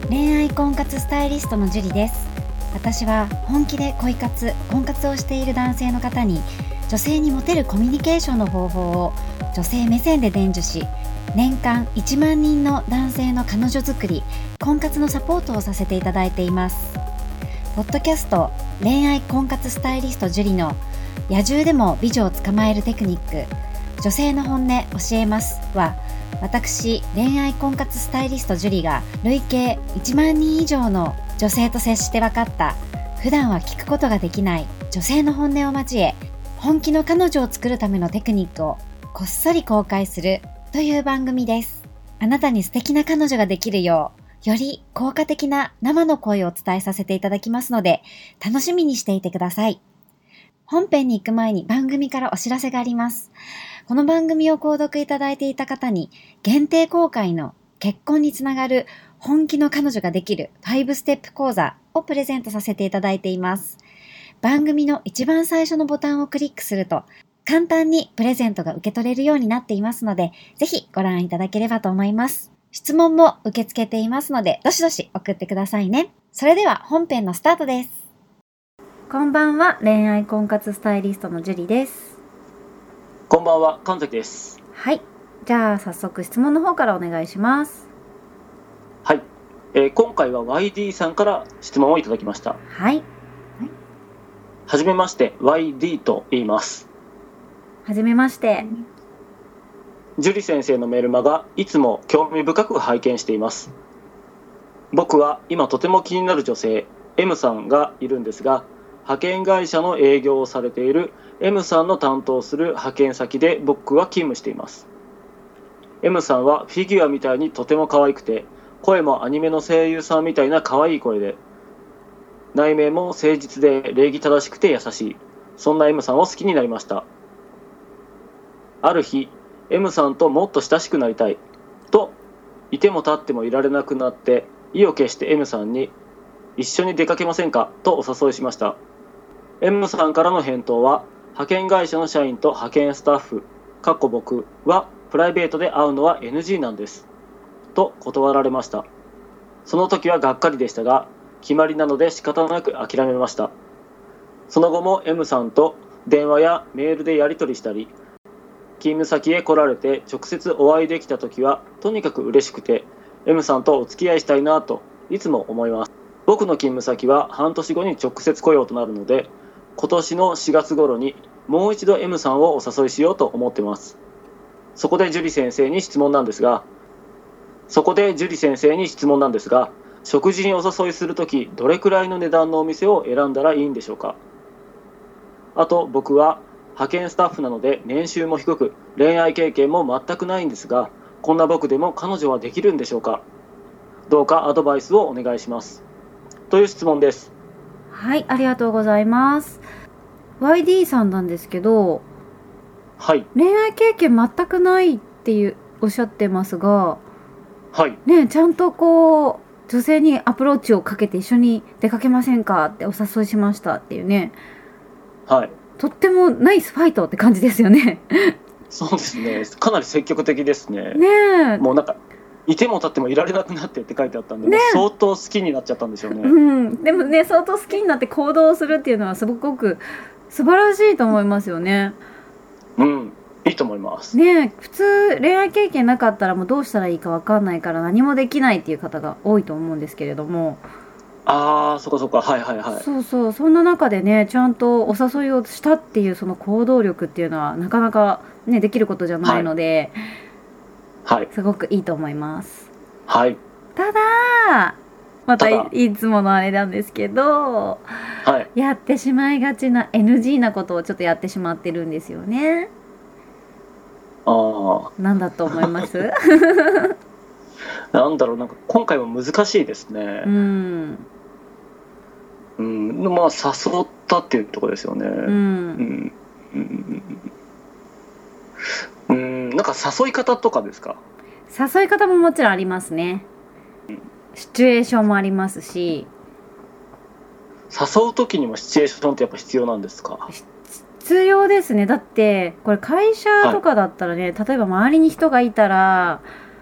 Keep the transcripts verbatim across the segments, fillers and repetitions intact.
恋愛婚活スタイリストのジュリです。私は本気で恋活、婚活をしている男性の方に女性にモテるコミュニケーションの方法を女性目線で伝授し、年間いちまんにんの男性の彼女作り、婚活のサポートをさせていただいています。ポッドキャスト恋愛婚活スタイリストジュリの野獣でも美女を捕まえるテクニック、女性の本音教えますは、私恋愛婚活スタイリストジュリが累計いちまんにん以上の女性と接して分かった普段は聞くことができない女性の本音を交え、本気の彼女を作るためのテクニックをこっそり公開するという番組です。あなたに素敵な彼女ができるよう、より効果的な生の声をお伝えさせていただきますので、楽しみにしていてください。本編に行く前に番組からお知らせがあります。この番組を購読いただいていた方に限定公開の結婚につながる本気の彼女ができるごステップ講座をプレゼントさせていただいています。番組の一番最初のボタンをクリックすると簡単にプレゼントが受け取れるようになっていますので、ぜひご覧いただければと思います。質問も受け付けていますので、どしどし送ってくださいね。それでは本編のスタートです。こんばんは、恋愛婚活スタイリストのジュリです。 こんばんは、神崎です。 はい、じゃあ早速質問の方からお願いします。 はい、えー、今回は ワイディー さんから質問をいただきました。 はい、はい、 はじめまして、 ワイディー と言います。 はじめまして。 ジュリ先生のメルマガ、いつも興味深く拝見しています。僕は今とても気になる女性 M さんがいるんですが、派遣会社の営業をされている M さんの担当する派遣先で僕は勤務しています。 M さんはフィギュアみたいにとても可愛くて、声もアニメの声優さんみたいな可愛い声で、内面も誠実で礼儀正しくて優しい、そんな M さんを好きになりました。ある日 M さんともっと親しくなりたいと、いても立ってもいられなくなって意を決して M さんに一緒に出かけませんかとお誘いしました。 M さんからの返答は、派遣会社の社員と派遣スタッフかっこ僕はプライベートで会うのは エヌジー なんですと断られました。その時はがっかりでしたが、決まりなので仕方なく諦めました。その後も M さんと電話やメールでやり取りしたり、勤務先へ来られて直接お会いできた時はとにかく嬉しくて、 M さんとお付き合いしたいなといつも思います。僕の勤務先は半年後に直接雇用となるので、今年のしがつ頃にもう一度 M さんをお誘いしようと思ってます。そこでジュリ先生に質問なんですが、そこでジュリ先生に質問なんですが、食事にお誘いするとき、どれくらいの値段のお店を選んだらいいんでしょうか。あと僕は派遣スタッフなので年収も低く、恋愛経験も全くないんですが、こんな僕でも彼女はできるんでしょうか。どうかアドバイスをお願いしますという質問です。 はい、ありがとうございます。 ワイディー さんなんですけど、 はい、 恋愛経験全くないっていうおっしゃってますが、 はいね、ちゃんとこう女性にアプローチをかけて一緒に出かけませんかってお誘いしましたっていうね、 はい、 とってもナイスファイトって感じですよね。 そうですね、かなり積極的ですね。 ねえ、 もうなんかいても立ってもいられなくなってって書いてあったんで、 ね、 相当好きになっちゃったんでしょうね。 うん、でもね、相当好きになって行動するっていうのはすごく素晴らしいと思いますよね。 うん、いいと思いますね。普通恋愛経験なかったらもうどうしたらいいか分かんないから何もできないっていう方が多いと思うんですけれども、 ああ、そこそこ、はいはいはい。 そうそう、そんな中でね、ちゃんとお誘いをしたっていうその行動力っていうのはなかなかね、できることじゃないので、 はい、 すごくいいと思います。 はい。 ただまた い, ただいつものあれなんですけど、 はい、 やってしまいがちな エヌジー なことをちょっとやってしまってるんですよね。 ああ、 なんだと思います？ なんだろう、なんか今回は難しいですね。 うん、 うん、まあ誘ったっていうところですよね。 うん、 うん、うん、うん、なんか誘い方とかですか？ 誘い方ももちろんありますね。シチュエーションもありますし、 誘う時にもシチュエーションってやっぱ必要なんですか？ 必要ですね。だってこれ会社とかだったらね、はい、例えば周りに人がいたら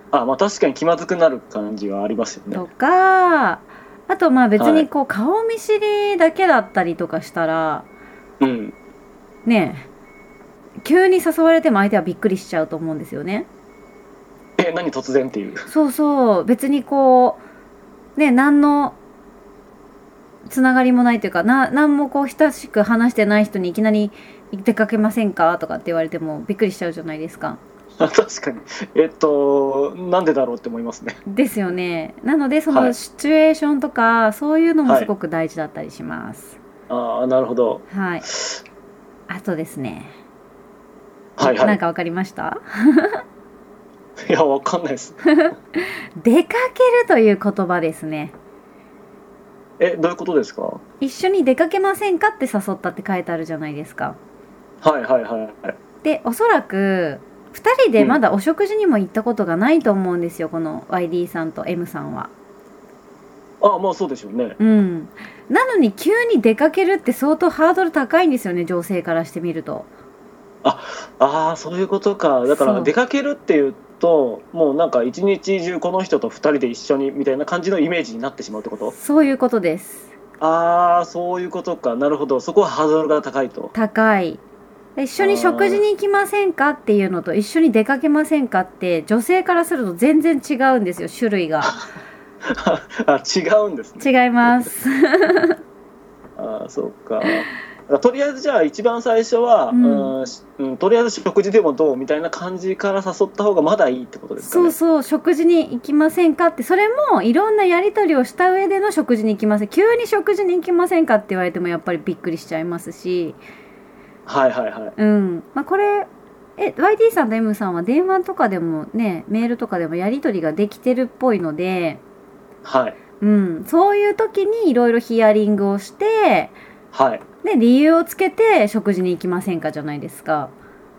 あ、まあ確かに気まずくなる感じはありますよね。 とか、あとまあ別にこう顔見知りだけだったりとかしたら、 うん。 ねえ、急に誘われても相手はびっくりしちゃうと思うんですよね。 え、何突然っていう。 そうそう、別にこうね、何のつながりもないというか、な何もこう親しく話してない人にいきなり出かけませんかとかって言われてもびっくりしちゃうじゃないですか。 確かに。えっと、なんでだろうって思いますね。 ですよね。なのでそはいのシチュエーションとかそういうのもすごく大事だったりします。 ああ、なるほど。 はい。あとですね。 はいはい。 なんかわかりました？ いや、わかんないです。 出かけるという言葉ですね。 え、どういうことですか？ 一緒に出かけませんかって誘ったって書いてあるじゃないですか。 はいはいはい。 で、おそらくふたりでまだお食事にも行ったことがないと思うんですよ、この ワイディー さんと エム さんは。 ああ、まあそうでしょうね。 うん。なのに急に出かけるって相当ハードル高いんですよね、女性からしてみると。 ああ、そういうことか。だからそう出かけるっていうと、もうなんか一日中この人とふたりで一緒にみたいな感じのイメージになってしまうってこと？ そういうことです。 ああ、そういうことか。なるほど。そこはハードルが高いと。 高い。一緒に食事に行きませんかっていうのと一緒に出かけませんかって女性からすると全然違うんですよ、種類が。 あ、違うんですね。 違います。 ああ、そうか。とりあえずじゃあ一番最初は、 うんうんうん、とりあえず食事でもどうみたいな感じから誘った方がまだいいってことですかね。 そうそう、食事に行きませんかって、それもいろんなやり取りをした上での食事に行きません、急に食事に行きませんかって言われてもやっぱりびっくりしちゃいますし、 はいはいはい。 うんまあ、これえ ワイディー さんと エム さんは電話とかでもね、メールとかでもやり取りができてるっぽいので、 はい。 うん、そういう時にいろいろヒアリングをしてはい。 で理由をつけて食事に行きませんかじゃないですか。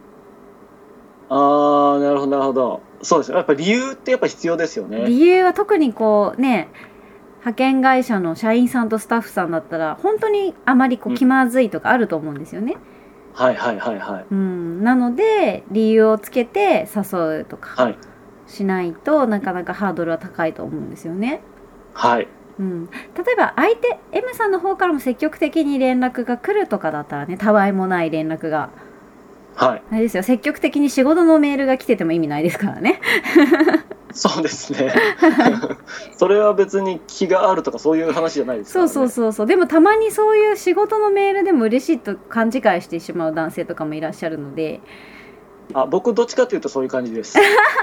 ああ、なるほどなるほど。そうですよ。やっぱ理由ってやっぱ必要ですよね。 理由は特にこうね、派遣会社の社員さんとスタッフさんだったら本当にあまりこう気まずいとかあると思うんですよね。 はいはいはいはい。 うん、なので理由をつけて誘うとかはいしないとなかなかハードルは高いと思うんですよね。 はい。 うん、例えば相手 エム さんの方からも積極的に連絡が来るとかだったらね、たわいもない連絡がはい。 あれですよ、積極的に仕事のメールが来てても意味ないですからね。 そうですね。それは別に気があるとかそういう話じゃないですかそうらね。 そうそうそう。でもたまにそういう仕事のメールでも嬉しいと勘違いしてしまう男性とかもいらっしゃるので、 あ、僕どっちかというとそういう感じです。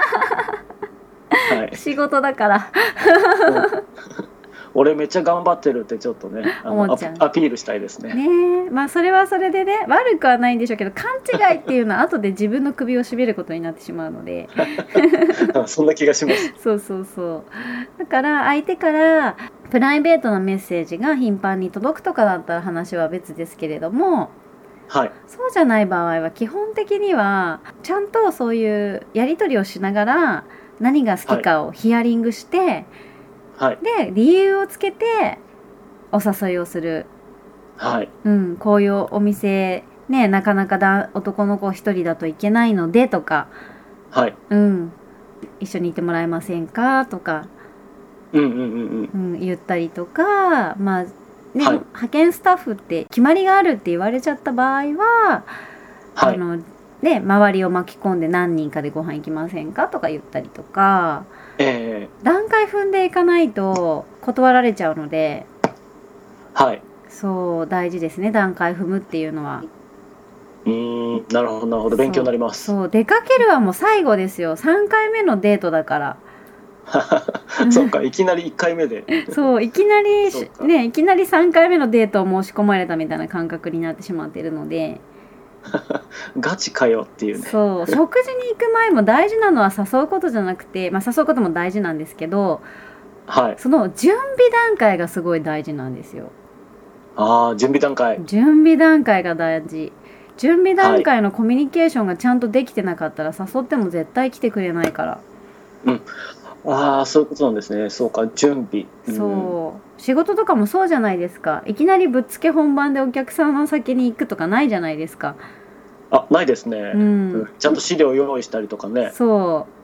はい。 仕事だからうん俺めっちゃ頑張ってるってちょっとね、あの思っちゃうアアピールしたいですね。 ねえ、まあそれはそれでね、悪くはないんでしょうけど、勘違いっていうのは後で自分の首を絞めることになってしまうのでそんな気がします。 そうそうそう。だから相手からプライベートなメッセージが頻繁に届くとかだったら話は別ですけれども、 はい。 そうじゃない場合は基本的にはちゃんとそういうやり取りをしながら何が好きかをヒアリングして、 はい。 で理由をつけてお誘いをする。 はい。 うん、こういうお店ね、なかなかだ男の子一人だといけないのでとか、 はい。 うん、一緒にいてもらえませんかとか、 うんうんうんうん。 うん、言ったりとか、まあね、 はい派遣スタッフって決まりがあるって言われちゃった場合は、 はい。 あのね、周りを巻き込んで何人かでご飯行きませんかとか言ったりとか、 え段階踏んでいかないと断られちゃうので、 ー、はい。 そう大事ですね、段階踏むっていうのは。 うーん、なるほどなるほど、勉強になります。 そう出かけるはもう最後ですよ、さんかいめのデートだからそうか、いきなりいっかいめで。 そういきなりそうかね、いきなりさんかいめのデートを申し込まれたみたいな感覚になってしまっているので、 ガチかよっていうね。 そう食事に行く前も大事なのは誘うことじゃなくて、まあ、誘うことも大事なんですけど、 はい。 その準備段階がすごい大事なんですよ。 ああ、準備段階。 準備段階が大事。準備段階のコミュニケーションがちゃんとできてなかったら誘っても絶対来てくれないから。 ああ、そういうことなんですね。そうか、準備。うん、 そう仕事とかもそうじゃないですか。いきなりぶっつけ本番でお客さんの先に行くとかないじゃないですか。 あ、ないですね、 うんうんちゃんと資料用意したりとかね。 そ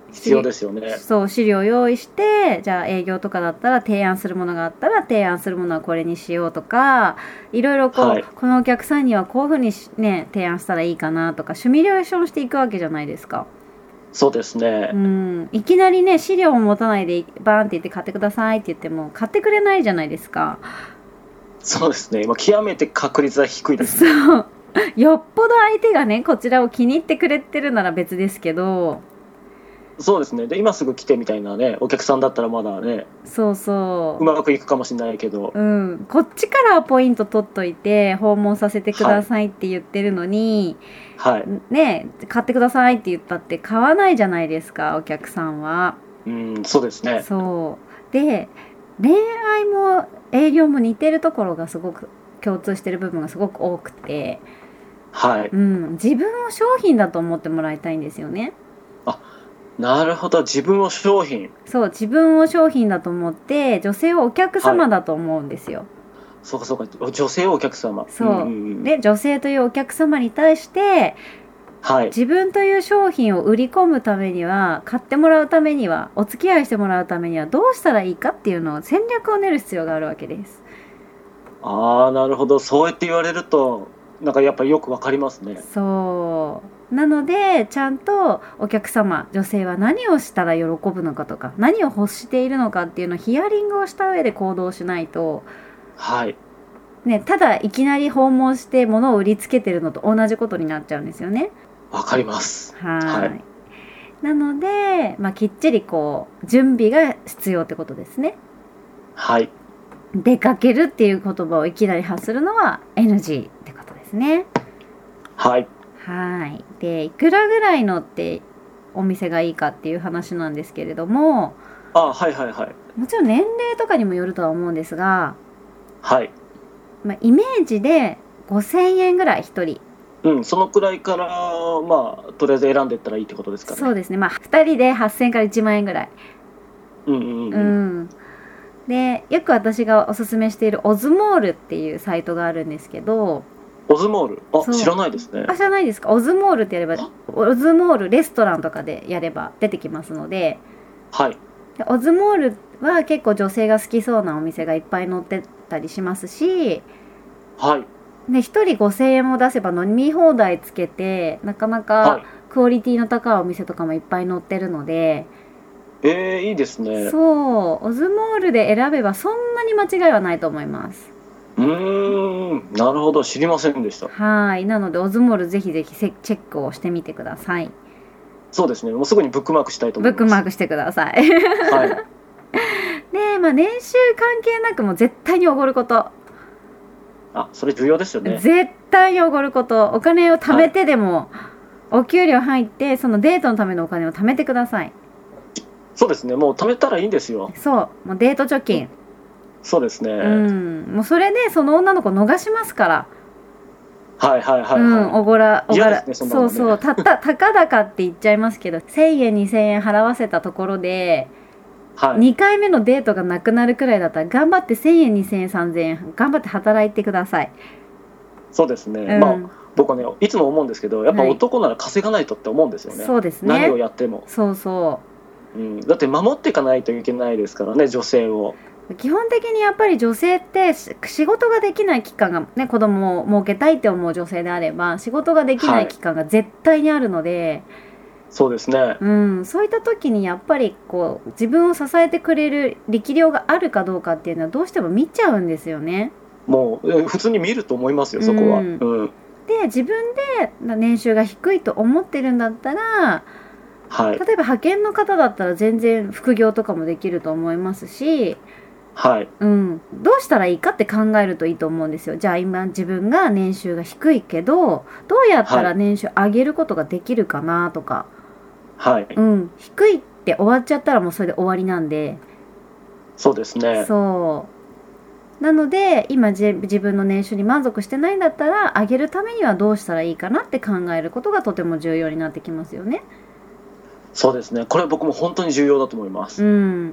必要ですよね。 そう資料を用意して、じゃあ営業とかだったら提案するものがあったら提案するものはこれにしようとか、いろいろこう、 はい、 このお客さんにはこういうふうにね提案したらいいかなとかシミュレーションしていくわけじゃないですか。 そうですね、 うん、いきなりね資料を持たないでバーンって言って買ってくださいって言っても買ってくれないじゃないですか。 そうですね、今極めて確率は低いです、 ね、そうよっぽど相手がねこちらを気に入ってくれてるなら別ですけど。 そうですね。で今すぐ来てみたいなねお客さんだったらまだね、 そうそううまくいくかもしれないけど、 うん、こっちからポイント取っといて訪問させてくださいって言ってるのに、 はい、 ね買ってくださいって言ったって買わないじゃないですかお客さんは。 うん、そうですね。 そうで恋愛も営業も似てるところがすごく共通してる部分がすごく多くて、 はい、 うん、自分を商品だと思ってもらいたいんですよね。 あ、なるほど、自分を商品。 そう自分を商品だと思って女性をお客様だと思うんですよ、はい、 そうかそうか、女性をお客様。 そう、うんうんうん、で女性というお客様に対して、はい、自分という商品を売り込むためには買ってもらうためにはお付き合いしてもらうためにはどうしたらいいかっていうのを戦略を練る必要があるわけです。 ああ、なるほど、そうやって言われるとなんかやっぱりよくわかりますね。 そうなのでちゃんとお客様女性は何をしたら喜ぶのかとか何を欲しているのかっていうのをヒアリングをした上で行動しないと、 はいね、ただいきなり訪問して物を売りつけてるのと同じことになっちゃうんですよね。 わかります。 はい、はい、なので、まあ、きっちりこう準備が必要ってことですね。 はい。 出かけるっていう言葉をいきなり発するのは エヌジー ってことですね。 はい。 はい。でいくらぐらいのってお店がいいかっていう話なんですけれども、 あ、はいはいはい。 もちろん年齢とかにもよるとは思うんですが、 はい。 まあ、イメージでごせんえんぐらいひとり。 うん、そのくらいからまあとりあえず選んでいったらいいってことですかね。 そうですね。まあふたりではっせんえんからいちまんえんぐらい。 うんうんうん。うん、 でよく私がおすすめしているオズモールっていうサイトがあるんですけど。 オズモール、あ、知らないですね。 あ、知らないですか。オズモールってやればオズモールレストランとかでやれば出てきますので。 はい。 でオズモールは結構女性が好きそうなお店がいっぱい載ってたりしますし、 はい。 でひとりごせんえんも出せば飲み放題つけてなかなかクオリティの高いお店とかもいっぱい載ってるので、 はい、えー、いいですね。 そうオズモールで選べばそんなに間違いはないと思います。 うーん、なるほど、知りませんでした。 はい、なのでオズモールぜひぜひチェックをしてみてください。 そうですね、もうすぐにブックマークしたいと思います。 ブックマークしてください。はい。で、まあ年収関係なくも絶対におごること。 あ、それ重要ですよね。 絶対におごること。お金を貯めてでも、はい、お給料入ってそのデートのためのお金を貯めてください。 そうですね、もう貯めたらいいんですよ。 そう、もうデート貯金。 そうですね。 うん、もうそれでその女の子逃しますから。 はいはいはい、はい、 うん、おごら、おごら、 ね、そ, ね、 そうそう、たったたかだかって言っちゃいますけど、せんえんにせんえん払わせたところで、はい、にかいめのデートがなくなるくらいだったら頑張ってせんえんにせんえんさんぜんえん頑張って働いてください。 そうですね、うん、まあ僕はねいつも思うんですけどやっぱ男なら稼がないとって思うんですよね、はい、 そうですね、 何をやっても。 そうそう、 うん、だって守っていかないといけないですからね、女性を。 基本的にやっぱり女性って仕事ができない期間がね、子供を設けたいって思う女性であれば仕事ができない期間が絶対にあるので、はい、 そうですね、 うん、そういった時にやっぱりこう自分を支えてくれる力量があるかどうかっていうのはどうしても見ちゃうんですよね。 もう普通に見ると思いますよ、そこは。うんうん、 で自分で年収が低いと思ってるんだったら、はい、例えば派遣の方だったら全然副業とかもできると思いますし、 はい、 うん、どうしたらいいかって考えるといいと思うんですよ。じゃあ今自分が年収が低いけどどうやったら年収上げることができるかなとか、 はい、 うん、低いって終わっちゃったらもうそれで終わりなんで。 そうですね。 そうなので今自分の年収に満足してないんだったら上げるためにはどうしたらいいかなって考えることがとても重要になってきますよね。 そうですね、これは僕も本当に重要だと思います。 うん、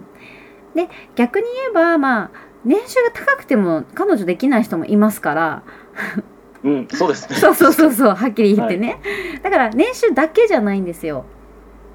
で逆に言えば、まあ、年収が高くても彼女できない人もいますからうん、そうですね。 そうそうそうそう、はっきり言ってね、はい、だから年収だけじゃないんですよ。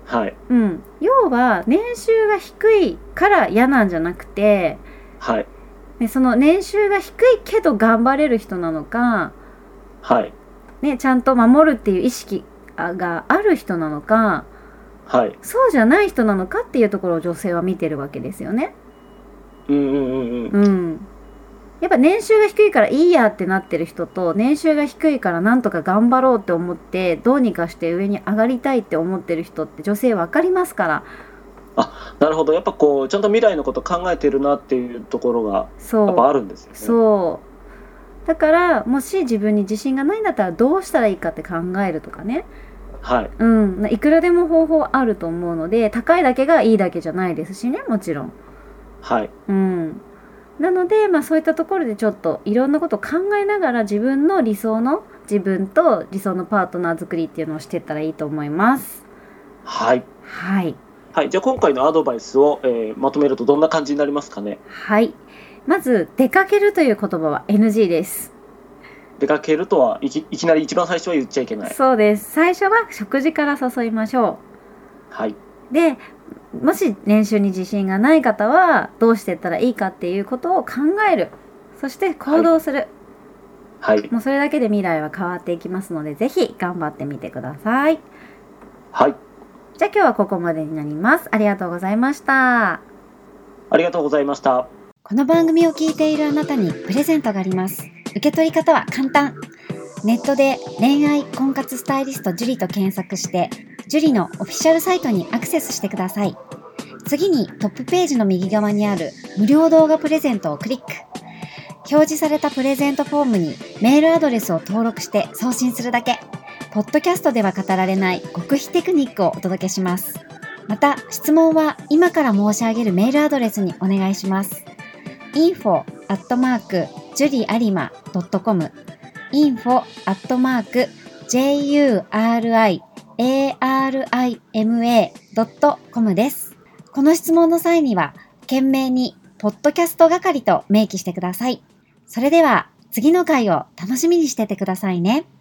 はい。 うん。要は年収が低いから嫌なんじゃなくて、 はい。 ね、その年収が低いけど頑張れる人なのか、 はい。 ね、ちゃんと守るっていう意識がある人なのか、 はい。 そうじゃない人なのかっていうところを女性は見てるわけですよね。 うんうんうんうん。 うん。やっぱ年収が低いからいいやってなってる人と、年収が低いからなんとか頑張ろうって思ってどうにかして上に上がりたいって思ってる人って女性分かりますから。 あ、なるほど。やっぱこうちゃんと未来のこと考えてるなっていうところがそうやっぱあるんですよね。 そうだからもし自分に自信がないんだったらどうしたらいいかって考えるとかね。 はい。 うん、いくらでも方法あると思うので、高いだけがいいだけじゃないですしね、もちろん。 はい。 うん。なので、まあそういったところでちょっといろんなことを考えながら自分の理想の自分と理想のパートナー作りっていうのをしていったらいいと思います。 はい。 はい。 はい。じゃあ今回のアドバイスを、えー、まとめるとどんな感じになりますかね。 はい。まず、出かけるという言葉は エヌジー です。 出かけるとはいき、いきなり一番最初は言っちゃいけない。 そうです。最初は食事から誘いましょう。はい。 で、もし年収に自信がない方はどうしていったらいいかっていうことを考える。そして行動する。 はい。 もうそれだけで未来は変わっていきますので、ぜひ頑張ってみてください。 はい。 じゃあ今日はここまでになります。ありがとうございました。 ありがとうございました。 この番組を聞いているあなたにプレゼントがあります。受け取り方は簡単。ネットで恋愛婚活スタイリスト樹と検索して、樹のオフィシャルサイトにアクセスしてください。次にトップページの右側にある無料動画プレゼントをクリック。表示されたプレゼントフォームにメールアドレスを登録して送信するだけ。ポッドキャストでは語られない極秘テクニックをお届けします。また質問は今から申し上げるメールアドレスにお願いします。インフォ アットマーク ジュリアリマ ドットコム インフォ アットマーク ジェイユーアールアイエーアールアイエムエー ドットコム です。この質問の際には懸命にポッドキャスト係と明記してください。それでは次の回を楽しみにしててくださいね。